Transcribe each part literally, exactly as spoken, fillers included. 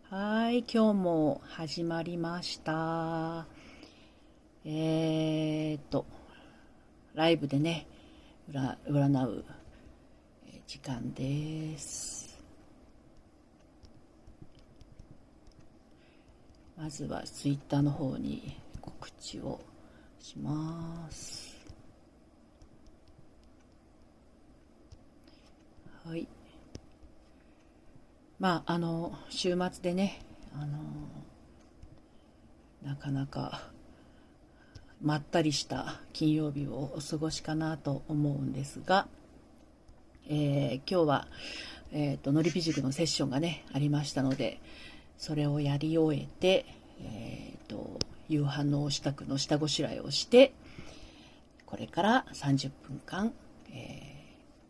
はい、今日も始まりました。えーっと、ライブでね、占占う時間です。まずはツイッターの方に告知をします。はい。まあ、あの、週末でね、あの、なかなかまったりした金曜日をお過ごしかなと思うんですが、えー今日は、えーと、のりぴ塾のセッションがね、ありましたので、それをやり終えて、えーと、夕飯の支度の下ごしらえをして、これからさんじゅっぷんかん、え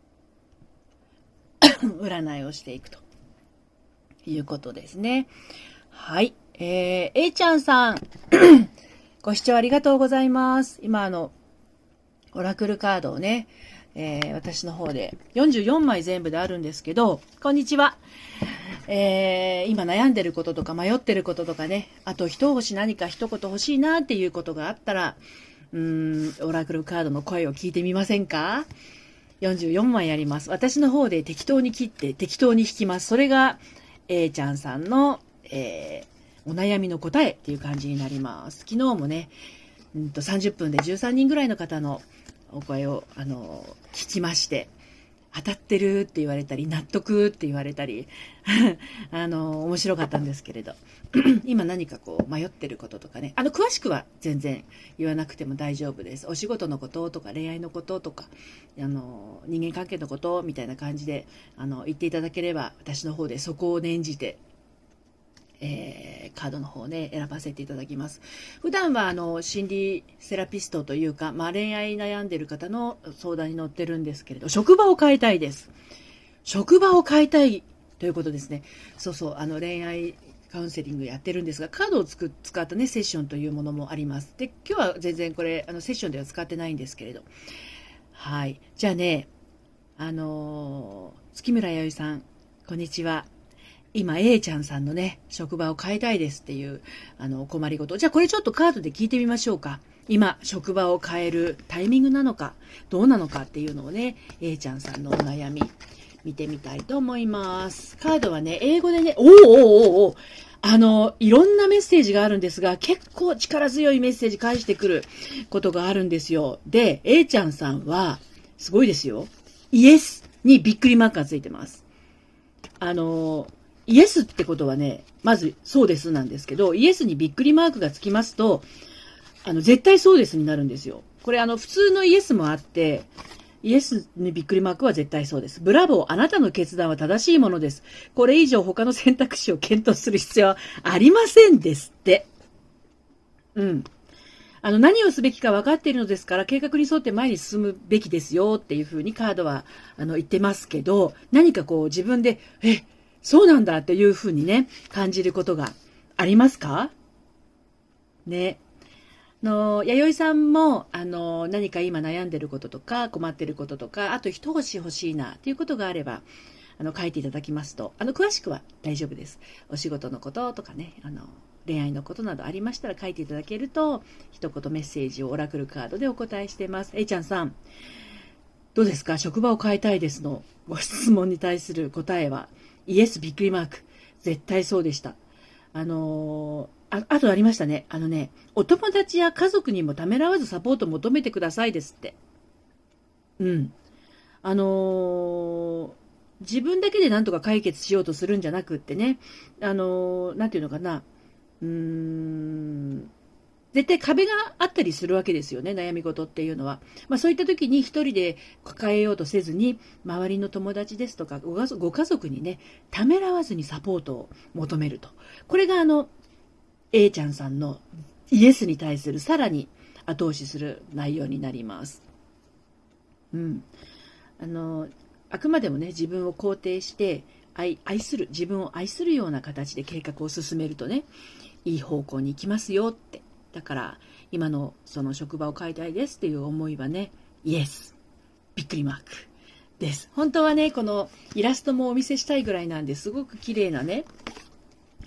ー占いをしていくということですね。はい。えー、A ちゃんさん、ご視聴ありがとうございます。今、あの、オラクルカードをね、えー私の方でよんじゅうよんまい全部であるんですけど、こんにちは。えー今悩んでることとか迷ってることとかね、あと一押し何か一言欲しいなっていうことがあったら、うーん、オラクルカードの声を聞いてみませんか？ よんじゅうよん 枚あります。私の方で適当に切って適当に引きます。それが A ちゃんさんの、えーお悩みの答えっていう感じになります。昨日もね、うんとさんじゅっぷんでじゅうさんにんぐらいの方のお声を、あの、聞きまして、当たってるって言われたり、納得って言われたり、あの、面白かったんですけれど、今何かこう迷ってることとかね、あの、詳しくは全然言わなくても大丈夫です。お仕事のこととか恋愛のこととか、あの、人間関係のことみたいな感じで、あの、言っていただければ、私の方でそこを念じて、えーカードの方ね、選ばせていただきます。普段は、あの、心理セラピストというか、まあ、恋愛悩んでる方の相談に乗ってるんですけれど、職場を変えたいです。職場を変えたいということですね。そうそう、あの、恋愛カウンセリングやってるんですが、カードをつく使ったね、セッションというものもあります。で、今日は全然これ、あの、セッションでは使ってないんですけれど。はい。じゃあね、あのー月村弥生さん、こんにちは。今 A ちゃんさんのね、職場を変えたいですっていう、あの、困りごと。じゃあこれちょっとカードで聞いてみましょうか。今、職場を変えるタイミングなのか、どうなのかっていうのをね、A ちゃんさんのお悩み、見てみたいと思います。カードはね、英語でね、おーおーおーおーあの、いろんなメッセージがあるんですが、結構力強いメッセージ返してくることがあるんですよ。で、A ちゃんさんは、すごいですよ。イエスにびっくりマークがついてます。あの、イエスってことはね、まずそうですなんですけど、イエスにびっくりマークがつきますと、あの、絶対そうですになるんですよ。これあの、普通のイエスもあって、イエスにびっくりマークは絶対そうです。ブラボー、あなたの決断は正しいものです。これ以上他の選択肢を検討する必要はありませんですって。うん。あの、何をすべきか分かっているのですから、計画に沿って前に進むべきですよっていうふうにカードは、あの、言ってますけど、何かこう自分で、え、そうなんだっていうふうにね、感じることがありますかね。の、弥生さんも、あの、何か今悩んでることとか、困ってることとか、あと一星欲しいな、っていうことがあれば、あの、書いていただきますと、あの、詳しくは大丈夫です。お仕事のこととかね、あの、恋愛のことなどありましたら書いていただけると、一言メッセージをオラクルカードでお答えしています。えいちゃんさん、どうですか？職場を変えたいですのご質問に対する答えは、イエスびっくりマーク。絶対そうでした。あのー、あ、あとありましたね。あのね、お友達や家族にもためらわずサポートを求めてくださいですって。うん。あのー自分だけで何とか解決しようとするんじゃなくってね、あのーなんていうのかな、うーん、絶対壁があったりするわけですよね、悩み事っていうのは。まあそういった時に一人で抱えようとせずに、周りの友達ですとかご家族ご家族にね、ためらわずにサポートを求めると。これがあの、A ちゃんさんのイエスに対するさらに後押しする内容になります。うん。あの、あくまでもね、自分を肯定して愛、愛する、自分を愛するような形で計画を進めるとね、いい方向に行きますよって。だから、今のその職場を変えたいですっていう思いはね、イエス、びっくりマークです。本当はね、このイラストもお見せしたいぐらいなんですごく綺麗なね、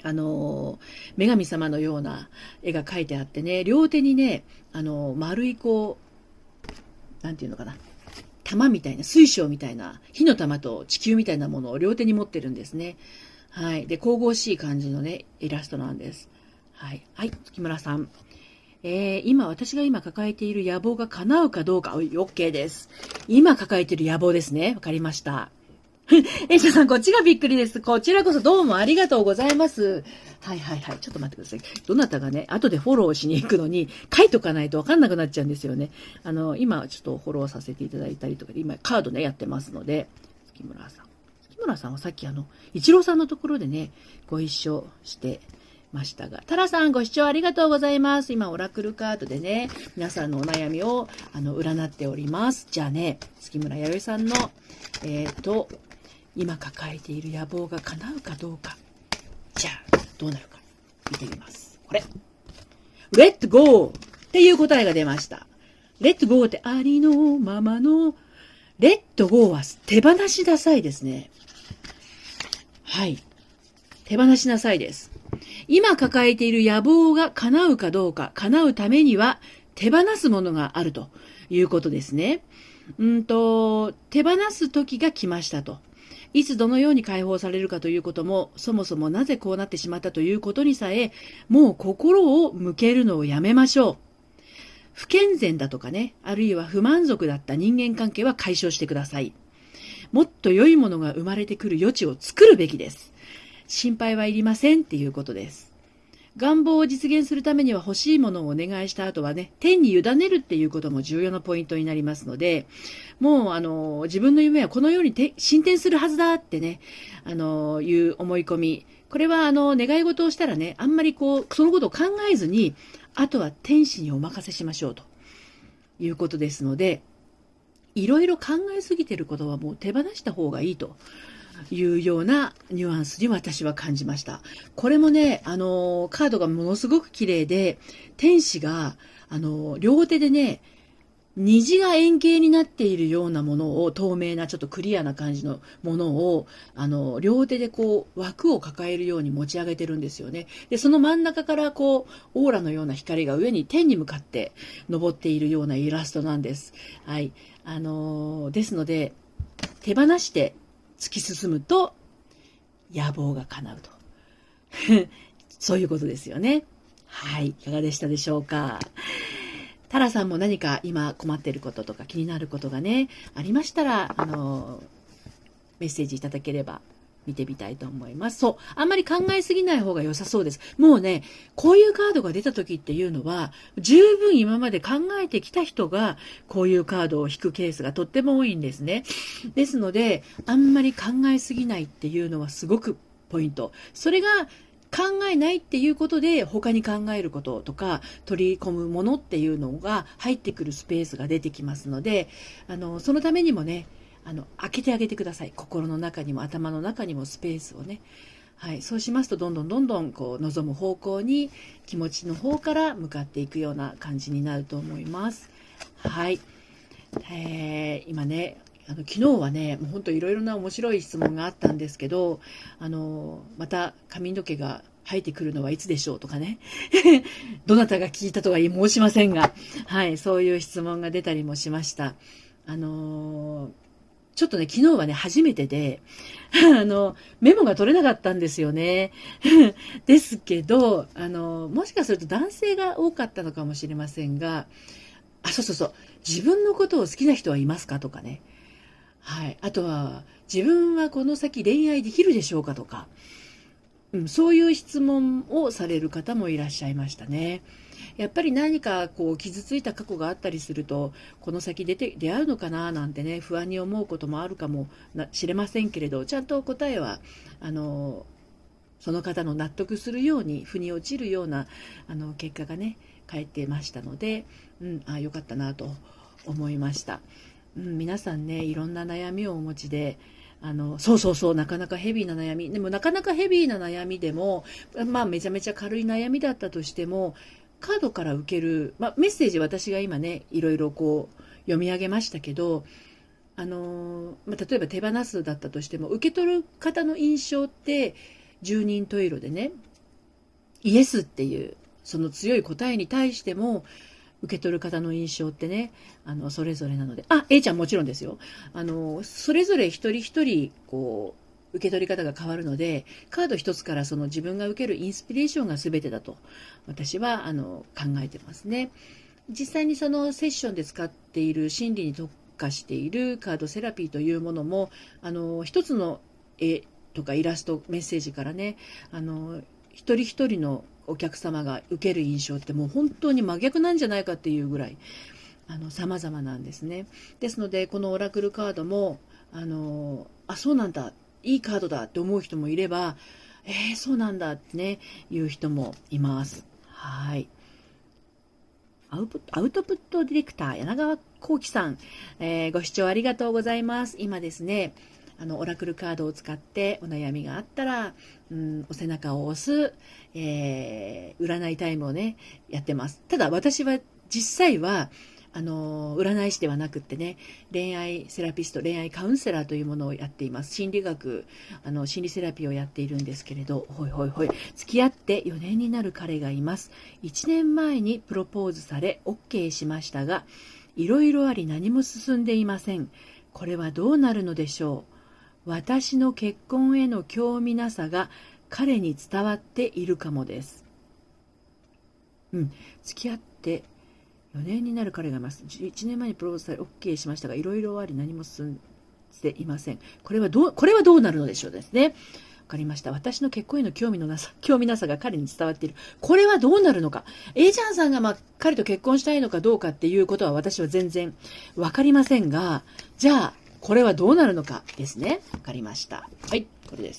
あの、女神様のような絵が描いてあってね、両手にね、あの、丸いこう、なんていうのかな、玉みたいな、水晶みたいな、火の玉と地球みたいなものを両手に持ってるんですね。はい。で、神々しい感じのね、イラストなんです。はい。はい、月村さん。えー、今、私が今抱えている野望が叶うかどうか、おい、OK です。今抱えている野望ですね。わかりました。エイシャさん、こっちがびっくりです。こちらこそどうもありがとうございます。はいはいはい。ちょっと待ってください。どなたがね、後でフォローしに行くのに、書いとかないとわかんなくなっちゃうんですよね。あの、今、ちょっとフォローさせていただいたりとか、今、カードね、やってますので、月村さん。月村さんはさっきあの、一郎さんのところでね、ご一緒してましたが、タラさんご視聴ありがとうございます。今、オラクルカードでね、皆さんのお悩みを、あの、占っております。じゃあね、月村弥生さんの、えっと、今抱えている野望が叶うかどうか。じゃあ、どうなるか。見てみます。これ。レッツゴーっていう答えが出ました。レッツゴーってありのままの、レッツゴーは手放しなさいですね。はい。手放しなさいです。今抱えている野望が叶うかどうか、叶うためには手放すものがあるということですね。うんと、手放す時が来ましたと。いつどのように解放されるかということも、そもそもなぜこうなってしまったということにさえ、もう心を向けるのをやめましょう。不健全だとかね、あるいは不満足だった人間関係は解消してください。もっと良いものが生まれてくる余地を作るべきです。心配はいりませんっていうことです。願望を実現するためには欲しいものをお願いした後はね、天に委ねるっていうことも重要なポイントになりますので、もうあの、自分の夢はこのようにて進展するはずだってね、あの、いう思い込み。これはあの、願い事をしたらね、あんまりこう、そのことを考えずに、あとは天使にお任せしましょうということですので、いろいろ考えすぎてることはもう手放した方がいいと。いうようなニュアンスに私は感じました。これもね、あの、カードがものすごく綺麗で、天使が、あの、両手でね、虹が円形になっているようなものを、透明な、ちょっとクリアな感じのものを、あの、両手でこう、枠を抱えるように持ち上げてるんですよね。で、その真ん中からこう、オーラのような光が上に天に向かって昇っているようなイラストなんです。はい。あの、ですので、手放して、突き進むと野望が叶うとそういうことですよね。はい、いかがでしたでしょうか。タラさんも何か今困っていることとか気になることがねありましたら、あのメッセージいただければ見てみたいと思います。そう。あんまり考えすぎない方が良さそうです。もうね、こういうカードが出た時っていうのは、十分今まで考えてきた人が、こういうカードを引くケースがとっても多いんですね。ですので、あんまり考えすぎないっていうのはすごくポイント。それが、考えないっていうことで他に考えることとか取り込むものっていうのが入ってくるスペースが出てきますので、あの、そのためにもね、あの、開けてあげてください。心の中にも頭の中にもスペースをね。はい。そうしますと、どんどんどんどん、こう、望む方向に気持ちの方から向かっていくような感じになると思います。はい。えー、今ね、あの、昨日はね、もう本当いろいろな面白い質問があったんですけど、あの、また髪の毛が生えてくるのはいつでしょうとかね。どなたが聞いたとは申しませんが、はい。そういう質問が出たりもしました。あのーちょっとね、昨日はね、初めてで、あの、メモが取れなかったんですよね。ですけど、あの、もしかすると男性が多かったのかもしれませんが、あ、そうそうそう、自分のことを好きな人はいますかとかね。はい。あとは、自分はこの先恋愛できるでしょうかとか、うん、そういう質問をされる方もいらっしゃいましたね。やっぱり何かこう傷ついた過去があったりすると、この先出て出会うのかななんてね、不安に思うこともあるかもしれませんけれど、ちゃんと答えはあのその方の納得するように腑に落ちるようなあの結果がね返ってましたので、うん、あ、よかったなと思いました。うん、皆さんね、いろんな悩みをお持ちで、あの、そうそうそう、なかなかヘビーな悩み。でもなかなかヘビーな悩みでも、まあめちゃめちゃ軽い悩みだったとしても、カードから受ける、まあ、メッセージ私が今ね、いろいろこう読み上げましたけど、あの、まあ、例えば手放すだったとしても、受け取る方の印象って十人十色でね、 イエスっていうその強い答えに対しても受け取る方の印象ってね、あのそれぞれなので、あ、A ちゃんもちろんですよ。あのそれぞれ一人一人こう受け取り方が変わるので、カード一つからその自分が受けるインスピレーションが全てだと私はあの考えてますね。実際にそのセッションで使っている心理に特化しているカードセラピーというものも、あの一つの絵とかイラストメッセージからね、あの一人一人のお客様が受ける印象ってもう本当に真逆なんじゃないかっていうぐらいあの様々なんですね。ですのでこのオラクルカードもあのあそうなんだ、いいカードだって思う人もいれば、えー、そうなんだってねいう人もいます。はい。アウトアウトプットディレクター柳川幸喜さん、えー、ご視聴ありがとうございます。今ですね、あのオラクルカードを使ってお悩みがあったら、うん、お背中を押す、えー、占いタイムをねやってます。ただ私は実際はあの占い師ではなくってね、恋愛セラピスト、恋愛カウンセラーというものをやっています。心理学、あの心理セラピーをやっているんですけれど、ほいほいほい、付き合ってよねんになる彼がいます。いちねんまえにプロポーズされ オーケー しましたが、いろいろあり何も進んでいません。これはどうなるのでしょう。私の結婚への興味なさが彼に伝わっているかもです。うん、付き合ってよねんになる彼がいます。いちねんまえにプロポーズされ オーケー しましたが、いろいろあり何も進んでいません。これはどう、これはどうなるのでしょうですね。わかりました。私の結婚への興味のなさ、興味なさが彼に伝わっている。これはどうなるのか。A ちゃんさんが、まあ、彼と結婚したいのかどうかっていうことは私は全然わかりませんが、じゃあ、これはどうなるのかですね。わかりました。はい、これです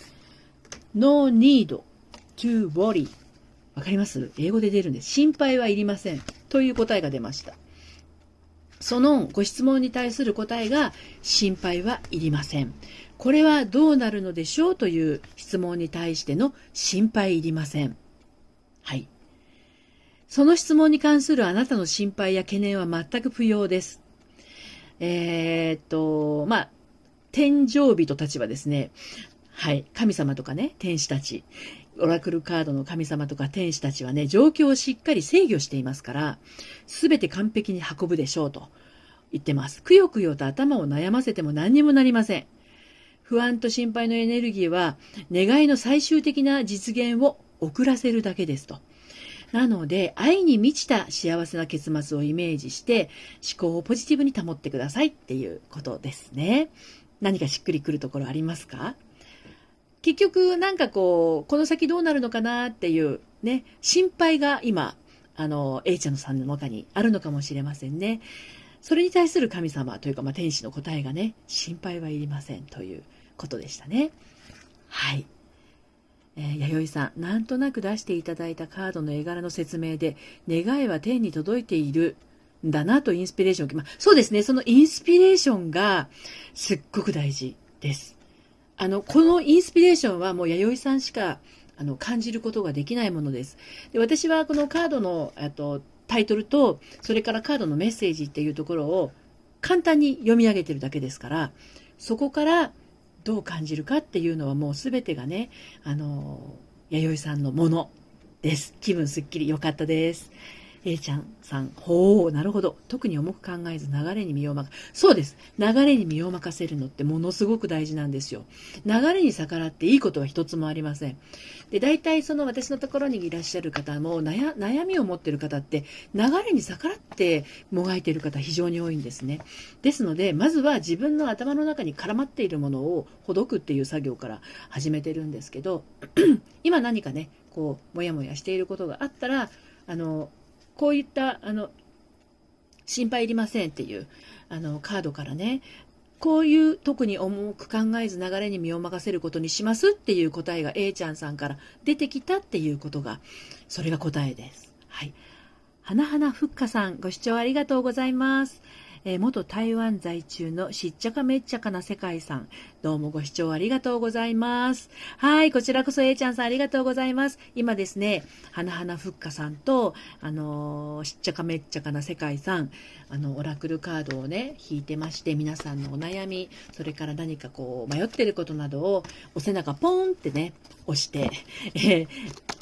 。No need to worry。わかります？英語で出るんです。心配はいりません。という答えが出ました。そのご質問に対する答えが、心配はいりません。これはどうなるのでしょうという質問に対しての心配いりません。はい。その質問に関するあなたの心配や懸念は全く不要です。えー、っと、まあ、天上人たちはですね、はい、神様とかね、天使たち、オラクルカードの神様とか天使たちはね、状況をしっかり制御していますから、すべて完璧に運ぶでしょうと言ってます。くよくよと頭を悩ませても何にもなりません。不安と心配のエネルギーは、願いの最終的な実現を遅らせるだけですと。なので、愛に満ちた幸せな結末をイメージして、思考をポジティブに保ってくださいっていうことですね。何かしっくりくるところありますか？結局、なんかこう、この先どうなるのかなっていうね、心配が今、あの、A ちゃんさんの中にあるのかもしれませんね。それに対する神様というか、まあ、天使の答えがね、心配はいりませんということでしたね。はい。えー、弥生さん、なんとなく出していただいたカードの絵柄の説明で、願いは天に届いているんだなとインスピレーションを、まあ、そうですね、そのインスピレーションがすっごく大事です。あの、このインスピレーションはもう弥生さんしかあの感じることができないものです。で、私はこのカードのあとタイトルと、それからカードのメッセージっていうところを簡単に読み上げてるだけですから、そこからどう感じるかっていうのはもう全てがね、あの、弥生さんのものです。気分すっきり良かったです。A ちゃんさん、ほう、なるほど。特に重く考えず流れに身を任せ、そうです。流れに身を任せるのってものすごく大事なんですよ。流れに逆らっていいことは一つもありません。で、大体その私のところにいらっしゃる方も悩、悩みを持っている方って流れに逆らってもがいている方非常に多いんですね。ですので、まずは自分の頭の中に絡まっているものをほどくっていう作業から始めてるんですけど、今何かね、こう、もやもやしていることがあったら、あの、こういったあの心配いりませんっていうあのカードからね、こういう特に重く考えず流れに身を任せることにしますっていう答えが A ちゃんさんから出てきたっていうことが、それが答えです。はい。花花ふっかさん、ご視聴ありがとうございます。えー、元台湾在中のしっちゃかめっちゃかな世界さん、どうもご視聴ありがとうございます。はい、こちらこそ A ちゃんさんありがとうございます。今ですね、花花ふっかさんと、あのー、しっちゃかめっちゃかな世界さん、あの、オラクルカードをね、引いてまして、皆さんのお悩み、それから何かこう、迷ってることなどを、お背中ポーンってね、押して、えー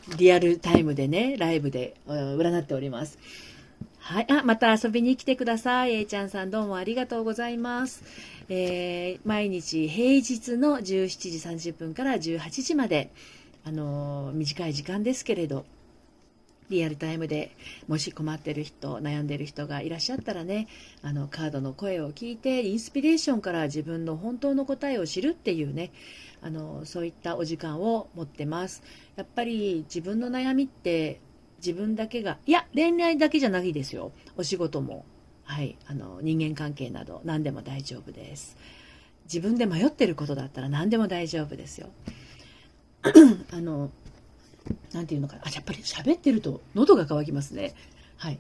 リアルタイムでね、ライブで占っております。はい。あ、また遊びに来てください。A ちゃんさんどうもありがとうございます。えー、毎日平日のじゅうしちじさんじゅっぷんからじゅうはちじまで、あのー、短い時間ですけれど、リアルタイムでもし困ってる人、悩んでる人がいらっしゃったらね、あのカードの声を聞いてインスピレーションから自分の本当の答えを知るっていうね、あのそういったお時間を持ってます。やっぱり自分の悩みって自分だけが、いや恋愛だけじゃないですよ。お仕事も、はい、あの人間関係など何でも大丈夫です。自分で迷ってることだったら何でも大丈夫ですよ。あのなんていうのかな。あ、やっぱり喋ってると喉が渇きますね。はい。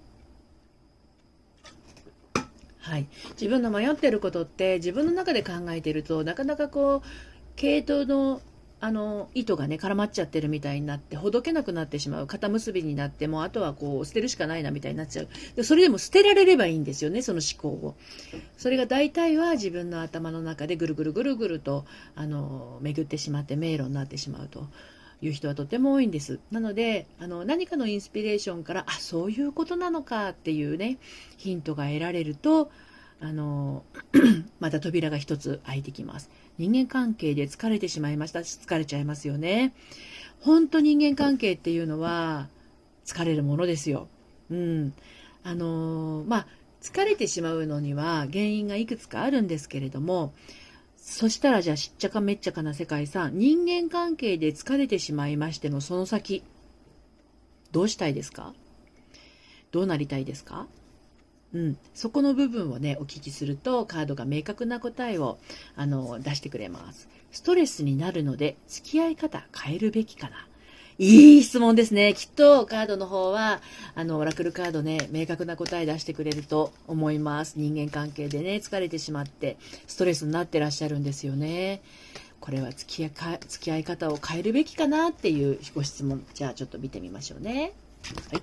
はい。自分の迷ってることって自分の中で考えてると、なかなかこう、系統の、あの、糸がね、絡まっちゃってるみたいになって、ほどけなくなってしまう。肩結びになって、もうあとはこう、捨てるしかないなみたいになっちゃう。で、それでも捨てられればいいんですよね、その思考を。それが大体は自分の頭の中でぐるぐるぐるぐると、あの、巡ってしまって迷路になってしまうと。いう人はとても多いんです。なので、あの何かのインスピレーションから、あ、そういうことなのかっていうね、ヒントが得られると、あのまた扉が一つ開いてきます。人間関係で疲れてしまいました。疲れちゃいますよね。本当人間関係っていうのは疲れるものですよ。うん。あのまあ疲れてしまうのには原因がいくつかあるんですけれども、そしたらじゃあしっちゃかめっちゃかな世界さん、人間関係で疲れてしまいましてのその先、どうしたいですか？どうなりたいですか？うん、そこの部分をね、お聞きするとカードが明確な答えをあの出してくれます。ストレスになるので付き合い方変えるべきかな。いい質問ですね。きっとカードの方は、あの、オラクルカードね、明確な答え出してくれると思います。人間関係でね、疲れてしまって、ストレスになってらっしゃるんですよね。これは付き合いか、付き合い方を変えるべきかなっていうご質問。じゃあちょっと見てみましょうね。はい。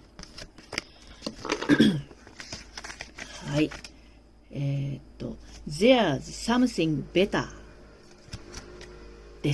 はい。えー、っと、There's something better です。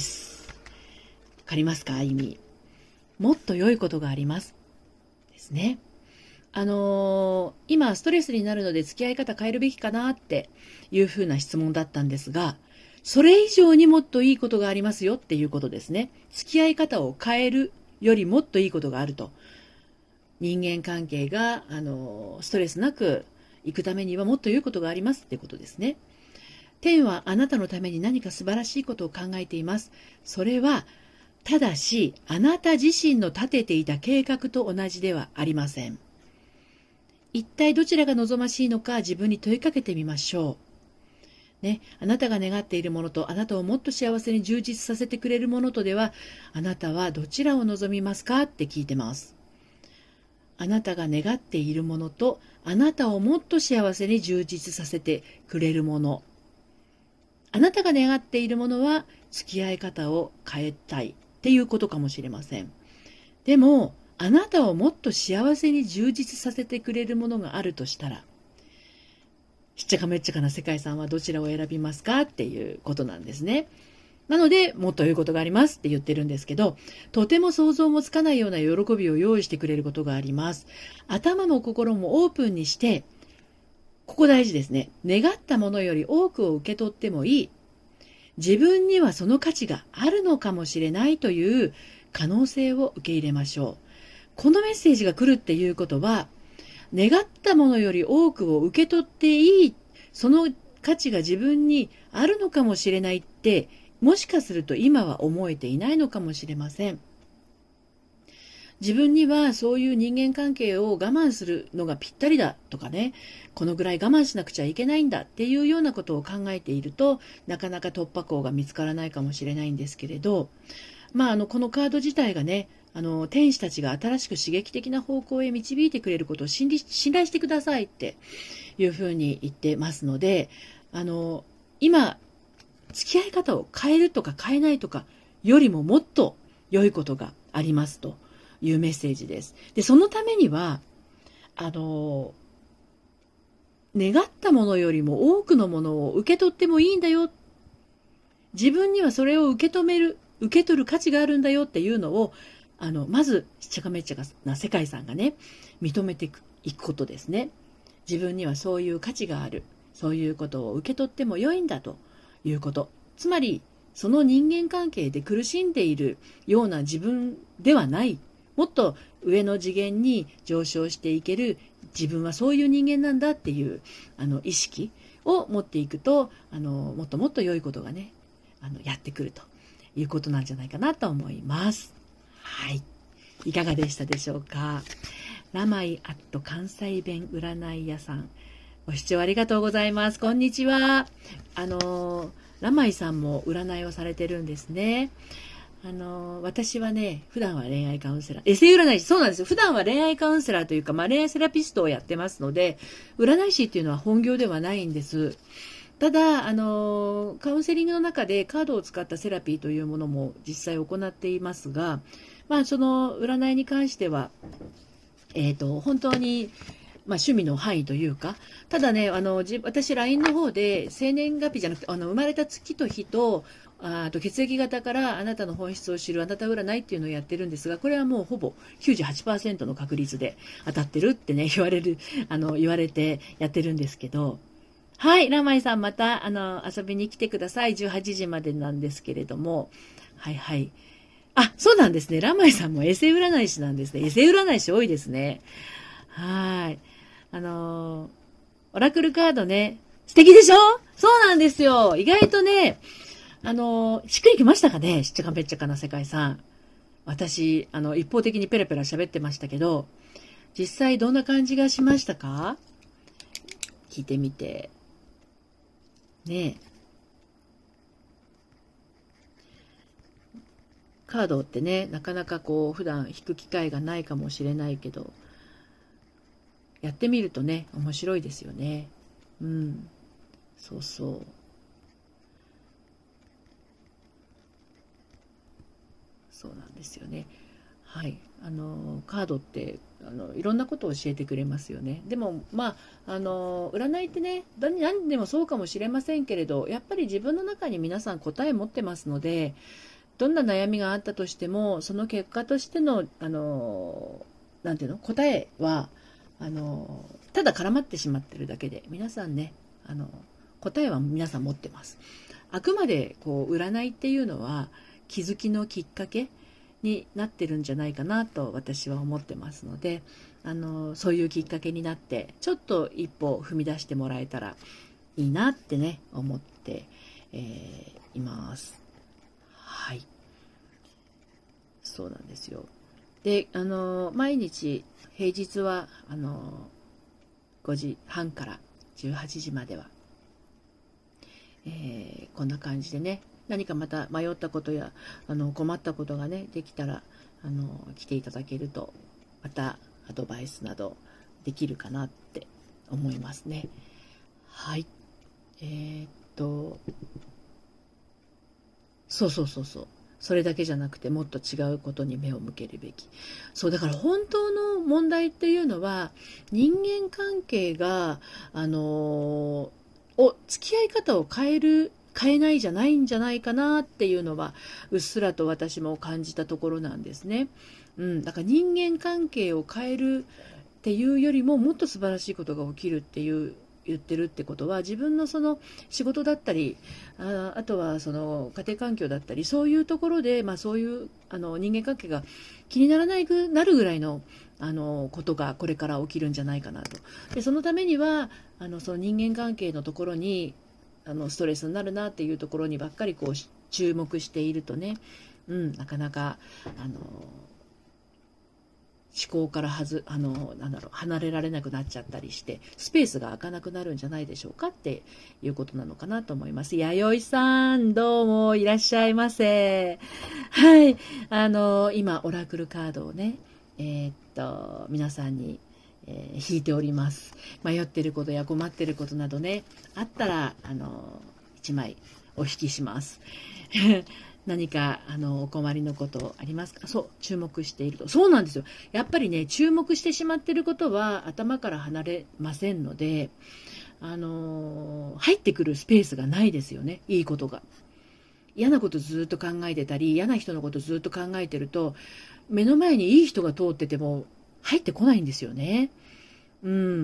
わかりますか？意味。もっと良いことがあります。ですね。あのー、今ストレスになるので付き合い方変えるべきかなっていうふうな質問だったんですが、それ以上にもっといいことがありますよっていうことですね。付き合い方を変えるよりもっといいことがあると。人間関係が、あのー、ストレスなくいくためにはもっと良いことがありますってことですね。天はあなたのために何か素晴らしいことを考えています。それはただし、あなた自身の立てていた計画と同じではありません。一体どちらが望ましいのか自分に問いかけてみましょう。ね、あなたが願っているものと、あなたをもっと幸せに充実させてくれるものとでは、あなたはどちらを望みますかって聞いてます。あなたが願っているものと、あなたをもっと幸せに充実させてくれるもの。あなたが願っているものは、付き合い方を変えたい。っていうことかもしれません。でも、あなたをもっと幸せに充実させてくれるものがあるとしたら、しっちゃかめっちゃかな世界さんはどちらを選びますかっていうことなんですね。なので、もっと良いことがありますって言ってるんですけど、とても想像もつかないような喜びを用意してくれることがあります。頭も心もオープンにして、ここ大事ですね。願ったものより多くを受け取ってもいい。自分にはその価値があるのかもしれないという可能性を受け入れましょう。このメッセージが来るっていうことは、願ったものより多くを受け取っていい、その価値が自分にあるのかもしれないって、もしかすると今は思えていないのかもしれません。自分にはそういう人間関係を我慢するのがぴったりだとかね、このぐらい我慢しなくちゃいけないんだっていうようなことを考えていると、なかなか突破口が見つからないかもしれないんですけれど、まあ、あのこのカード自体がね、あの天使たちが新しく刺激的な方向へ導いてくれることを信じ信頼してくださいっていうふうに言ってますので、あの今付き合い方を変えるとか変えないとかよりももっと良いことがありますというメッセージです。で、そのためには、あの、願ったものよりも多くのものを受け取ってもいいんだよ。自分にはそれを受け止める、受け取る価値があるんだよっていうのを、 あの、まず、しっちゃかめっちゃかな世界さんがね、認めていくいくことですね。自分にはそういう価値がある。そういうことを受け取っても良いんだということ。つまり、その人間関係で苦しんでいるような自分ではない。もっと上の次元に上昇していける自分はそういう人間なんだっていうあの意識を持っていくと、あのもっともっと良いことがね、あのやってくるということなんじゃないかなと思います。はい。いかがでしたでしょうか。ラマイアット関西弁占い屋さん。ご視聴ありがとうございます。こんにちは。あの、ラマイさんも占いをされてるんですね。あの、私はね、普段は恋愛カウンセラー、エセ占い師、そうなんですよ。普段は恋愛カウンセラーというか、まあ、恋愛セラピストをやってますので、占い師っていうのは本業ではないんです。ただ、あの、カウンセリングの中でカードを使ったセラピーというものも実際行っていますが、まあ、その占いに関しては、えっと、本当に、まあ、趣味の範囲というか、ただね、あの、じ私、ライン の方で、生年月日じゃなくて、あの、生まれた月と日と、あと血液型からあなたの本質を知るあなた占いっていうのをやってるんですが、これはもうほぼきゅうじゅうはちパーセントの確率で当たってるってね、言われる、あの、言われてやってるんですけど、はい、ラマイさんまた、あの、遊びに来てください。じゅうはちじまでなんですけれども、はいはい。あ、そうなんですね。ラマイさんもエセ占い師なんですね。エセ占い師多いですね。はい。あのー、オラクルカードね、素敵でしょ？そうなんですよ。意外とね、あのー、しっくりきましたかね？しっちゃかめっちゃかな世界さん。私、あの、一方的にペラペラ喋ってましたけど、実際どんな感じがしましたか？聞いてみて。ねえ。カードってね、なかなかこう、普段引く機会がないかもしれないけど、やってみるとね、面白いですよね。うん。そうそう。そうなんですよね。はい。あの、カードって、あの、いろんなことを教えてくれますよね。でも、まあ、あの、占いってね、何何でもそうかもしれませんけれど、やっぱり自分の中に皆さん答え持ってますので、どんな悩みがあったとしても、その結果としての、あの、なんていうの、答えは、あの、ただ絡まってしまってるだけで、皆さんね、あの、答えは皆さん持ってます。あくまで、こう、占いっていうのは、気づきのきっかけになってるんじゃないかなと私は思ってますので、あの、そういうきっかけになって、ちょっと一歩踏み出してもらえたらいいなってね、思って、えー、います。はい。そうなんですよ。で、あの、毎日、平日は、あの、ごじはんからじゅうはちじまでは、えーこんな感じでね、何かまた迷ったことや、あの、困ったことがね、できたら、あの、来ていただけると、またアドバイスなどできるかなって思いますね。はい。えーっと、そうそうそうそう。それだけじゃなくてもっと違うことに目を向けるべき。そう、だから本当の問題っていうのは人間関係が、あのーお、付き合い方を変える、変えないじゃないんじゃないかなっていうのはうっすらと私も感じたところなんですね。うん、だから人間関係を変えるっていうよりももっと素晴らしいことが起きるっていう言ってるってことは自分のその仕事だったりああとはその家庭環境だったりそういうところで、まあ、そういうあの人間関係が気にならないくなるぐらいのあのことがこれから起きるんじゃないかなと。でそのためにはあのその人間関係のところにあのストレスになるなっていうところにばっかりこう注目しているとね、うん、なかなかあの思考からはず、あの、なんだろう、離れられなくなっちゃったりして、スペースが空かなくなるんじゃないでしょうかっていうことなのかなと思います。弥生さん、どうもいらっしゃいませ。はい。あの、今、オラクルカードをね、えーっと、皆さんに、えー引いております。迷ってることや困ってることなどね、あったら、あの、一枚お引きします。何かあのお困りのことありますか？そう、注目していると。そうなんですよ。やっぱりね、注目してしまっていることは頭から離れませんので、あのー入ってくるスペースがないですよね。いいことが。 嫌なことずっと考えてたり、嫌な人のことずっと考えてると、目の前にいい人が通ってても入ってこないんですよね。うん、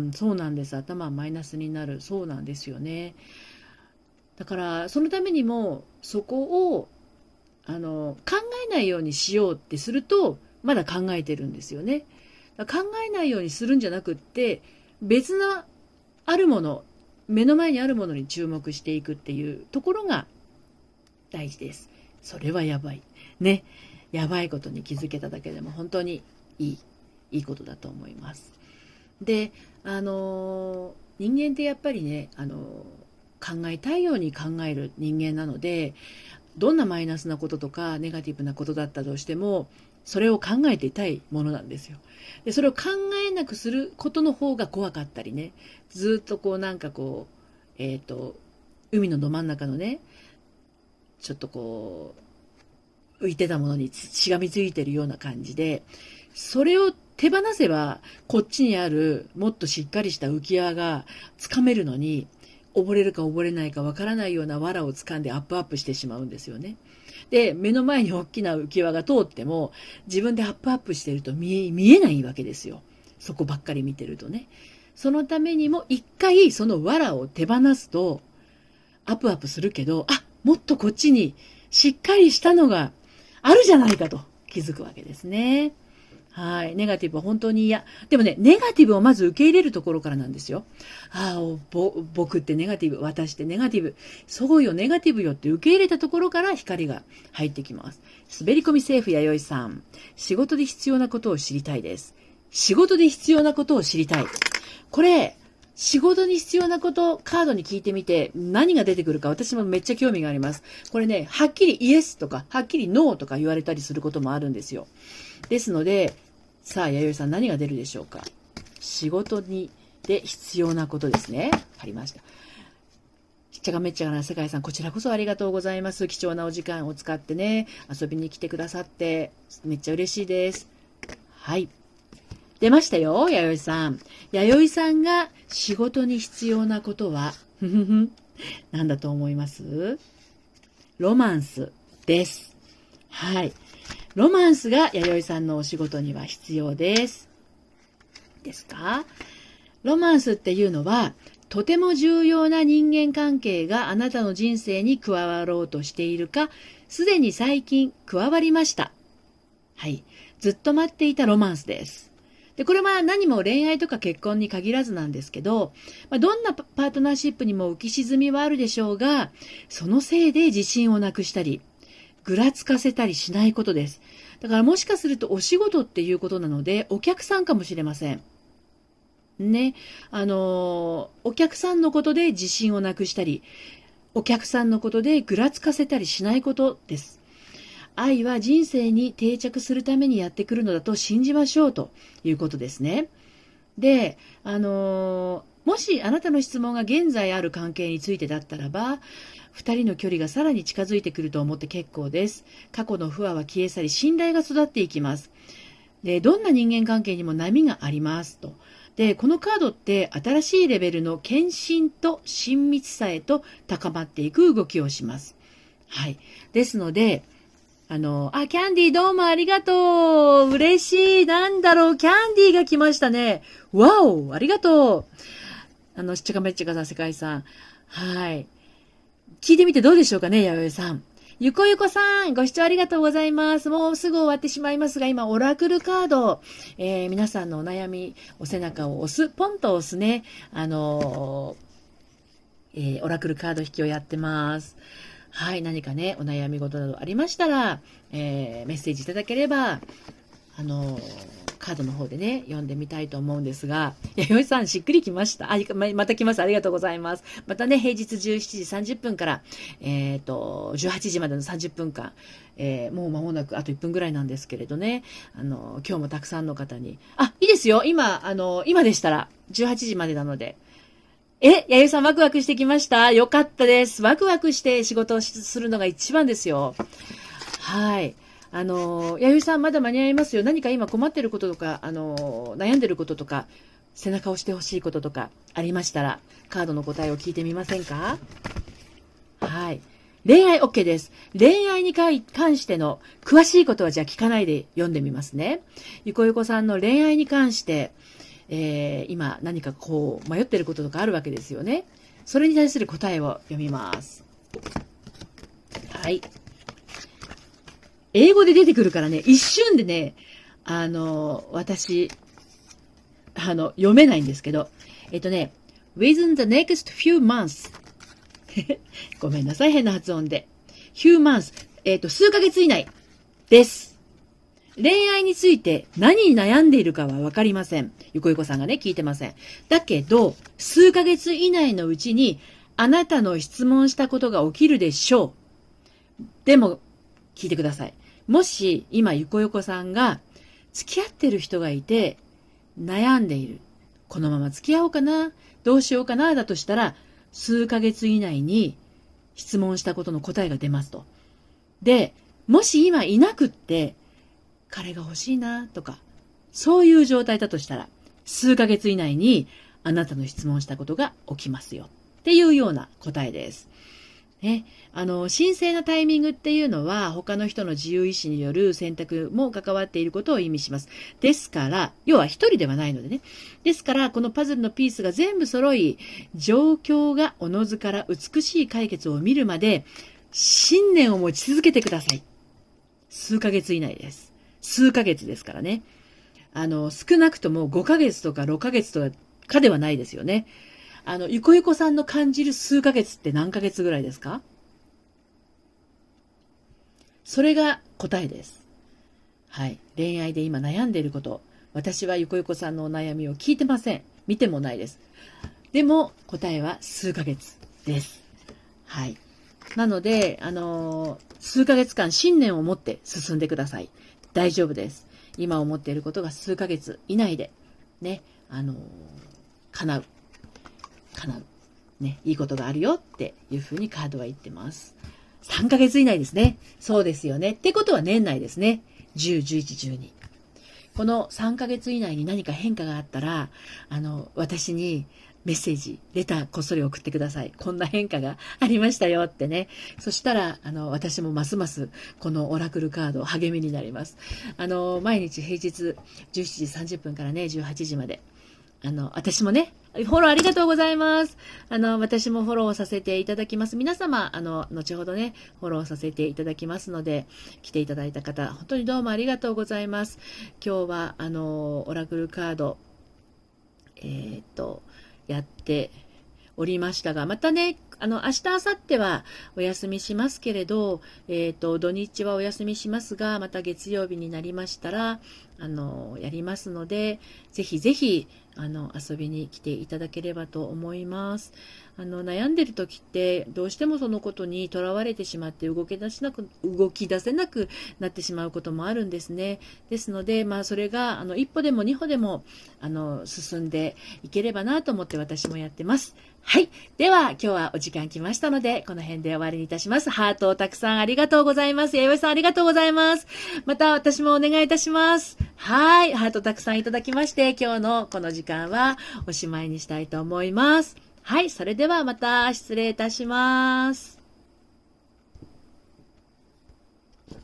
そうなんです。頭はマイナスになる。そうなんですよね。だから、そのためにも、そこを、あの、考えないようにしようってすると、まだ考えてるんですよね。だから考えないようにするんじゃなくって、別なあるもの、目の前にあるものに注目していくっていうところが大事です。それはやばい。ね。やばいことに気づけただけでも本当にいい、いいことだと思います。で、あの人間ってやっぱりね、あの考えたいように考える人間なので、どんなマイナスなこととかネガティブなことだったとしても、それを考えていたいものなんですよ。で、それを考えなくすることの方が怖かったりね、ずっとこうなんかこう、えっと、海のど真ん中のね、ちょっとこう、浮いてたものにしがみついてるような感じで、それを手放せば、こっちにあるもっとしっかりした浮き輪がつかめるのに、溺れるか溺れないかわからないような藁を掴んでアップアップしてしまうんですよね。で、目の前に大きな浮き輪が通っても、自分でアップアップしてると見え、見えないわけですよ。そこばっかり見てるとね。そのためにも一回その藁を手放すと、アップアップするけど、あ、もっとこっちにしっかりしたのがあるじゃないかと気づくわけですね。はい。ネガティブは本当に嫌。でもね、ネガティブをまず受け入れるところからなんですよ。ああ、ぼ僕ってネガティブ、私ってネガティブ。そうよ、ネガティブよって受け入れたところから光が入ってきます。滑り込みセーフ弥生さん。仕事で必要なことを知りたいです。仕事で必要なことを知りたい。これ、仕事に必要なこと、カードに聞いてみて、何が出てくるか私もめっちゃ興味があります。これね、はっきりイエスとか、はっきりノーとか言われたりすることもあるんですよ。ですので、さあ、弥生さん何が出るでしょうか。仕事に、で必要なことですね。ありました。ちっちゃがめっちゃがな世界さん、こちらこそありがとうございます。貴重なお時間を使ってね、遊びに来てくださって、めっちゃ嬉しいです。はい。出ましたよ、弥生さん。弥生さんが仕事に必要なことは、ふふふ、何だと思います？ロマンスです。はい。ロマンスが弥生さんのお仕事には必要です。ですか？ロマンスっていうのは、とても重要な人間関係があなたの人生に加わろうとしているか、すでに最近加わりました。はい。ずっと待っていたロマンスです。で、これは何も恋愛とか結婚に限らずなんですけど、まあ、どんなパートナーシップにも浮き沈みはあるでしょうが、そのせいで自信をなくしたり、ぐらつかせたりしないことです。だからもしかするとお仕事っていうことなので、お客さんかもしれません。ね。あの、お客さんのことで自信をなくしたり、お客さんのことでぐらつかせたりしないことです。愛は人生に定着するためにやってくるのだと信じましょうということですね。で、あのー、もしあなたの質問が現在ある関係についてだったらば、二人の距離がさらに近づいてくると思って結構です。過去の不和は消え去り、信頼が育っていきます。で、どんな人間関係にも波がありますと。で、このカードって新しいレベルの献身と親密さへと高まっていく動きをします。はい。ですので、あの、あ、キャンディーどうもありがとう。嬉しい。なんだろう。キャンディーが来ましたね。わお、ありがとう。あの、しっちゃかめっちゃかさ、世界さん。はい。聞いてみてどうでしょうかね、弥生さん。ゆこゆこさん、ご視聴ありがとうございます。もうすぐ終わってしまいますが、今、オラクルカード、えー、皆さんのお悩み、お背中を押す、ポンと押すね、あのー、えー、オラクルカード引きをやってます。はい、何かね、お悩み事などありましたら、えー、メッセージいただければ、あのー、カードの方でね、読んでみたいと思うんですが、弥生さん、しっくりきました。あ、また来ます。ありがとうございます。またね、平日じゅうしちじさんじゅっぷんから、えっと、じゅうはちじまでのさんじゅっぷんかん、えー、もう間もなくあといっぷんぐらいなんですけれどね、あの、今日もたくさんの方に、あ、いいですよ。今、あの、今でしたら、じゅうはちじまでなので、え、弥生さんワクワクしてきました？よかったです。ワクワクして仕事をするのが一番ですよ。はい。あの、弥生さんまだ間に合いますよ。何か今困ってることとか、あの、悩んでることとか、背中を押してほしいこととかありましたら、カードの答えを聞いてみませんか？はい。 恋愛 OK です。恋愛に関しての詳しいことはじゃあ聞かないで読んでみますね。ゆこゆこさんの恋愛に関して、えー、今何かこう迷ってることとかあるわけですよね。それに対する答えを読みます。はい。英語で出てくるからね、一瞬でね、あの、私、あの、読めないんですけど、えっとね、within the next few months ごめんなさい、変な発音で。few months えっと、数ヶ月以内です。恋愛について何に悩んでいるかはわかりません。ゆこゆこさんがね、聞いてません。だけど、数ヶ月以内のうちに、あなたの質問したことが起きるでしょう。でも、聞いてください。もし、今、ゆこゆこさんが、付き合ってる人がいて、悩んでいる。このまま付き合おうかな、どうしようかな、だとしたら、数ヶ月以内に質問したことの答えが出ますと。で、もし今いなくって、彼が欲しいな、とか、そういう状態だとしたら、数ヶ月以内にあなたの質問したことが起きますよ。っていうような答えです。ね、あの、神聖なタイミングっていうのは、他の人の自由意志による選択も関わっていることを意味します。ですから、要は一人ではないのでね。ですから、このパズルのピースが全部揃い、状況がおのずから美しい解決を見るまで、信念を持ち続けてください。数ヶ月以内です。数ヶ月ですからね。あの、少なくともごかげつとかろっかげつとかではないですよね。あの、ゆこゆこさんの感じる数ヶ月って何ヶ月ぐらいですか？それが答えです。はい。恋愛で今悩んでいること。私はゆこゆこさんのお悩みを聞いてません。見てもないです。でも、答えは数ヶ月です。はい。なので、あのー、数ヶ月間信念を持って進んでください。大丈夫です。今思っていることが数ヶ月以内で、ね、あのー、叶う。叶う。ね、いいことがあるよっていうふうにカードは言ってます。さんかげつ以内ですね。そうですよね。ってことは年内ですね。じゅう、じゅういち、じゅうに。このさんかげつ以内に何か変化があったら、あの、私にメッセージ、レターこっそり送ってください。こんな変化がありましたよってね。そしたら、あの、私もますますこのオラクルカード励みになります。あの、毎日平日じゅうしちじさんじゅっぷんからね、じゅうはちじまで。あの、私もね、フォローありがとうございます。あの、私もフォローさせていただきます。皆様、あの、後ほどね、フォローさせていただきますので、来ていただいた方、本当にどうもありがとうございます。今日は、あの、オラクルカード、えー、っと、やっておりましたが、またね、あの、明日、明後日はお休みしますけれど、えっと、土日はお休みしますが、また月曜日になりましたら、あの、やりますので、ぜひぜひ、あの、遊びに来ていただければと思います。あの、悩んでる時って、どうしてもそのことにとらわれてしまって動き出しなく、動き出せなくなってしまうこともあるんですね。ですので、まあ、それが、あの、一歩でも二歩でも、あの、進んでいければなと思って私もやってます。はい。では、今日はお時間来ましたので、この辺で終わりにいたします。ハートをたくさんありがとうございます。弥生さんありがとうございます。また私もお願いいたします。はい。ハートたくさんいただきまして、今日のこの時間はおしまいにしたいと思います。はい。それではまた失礼いたします。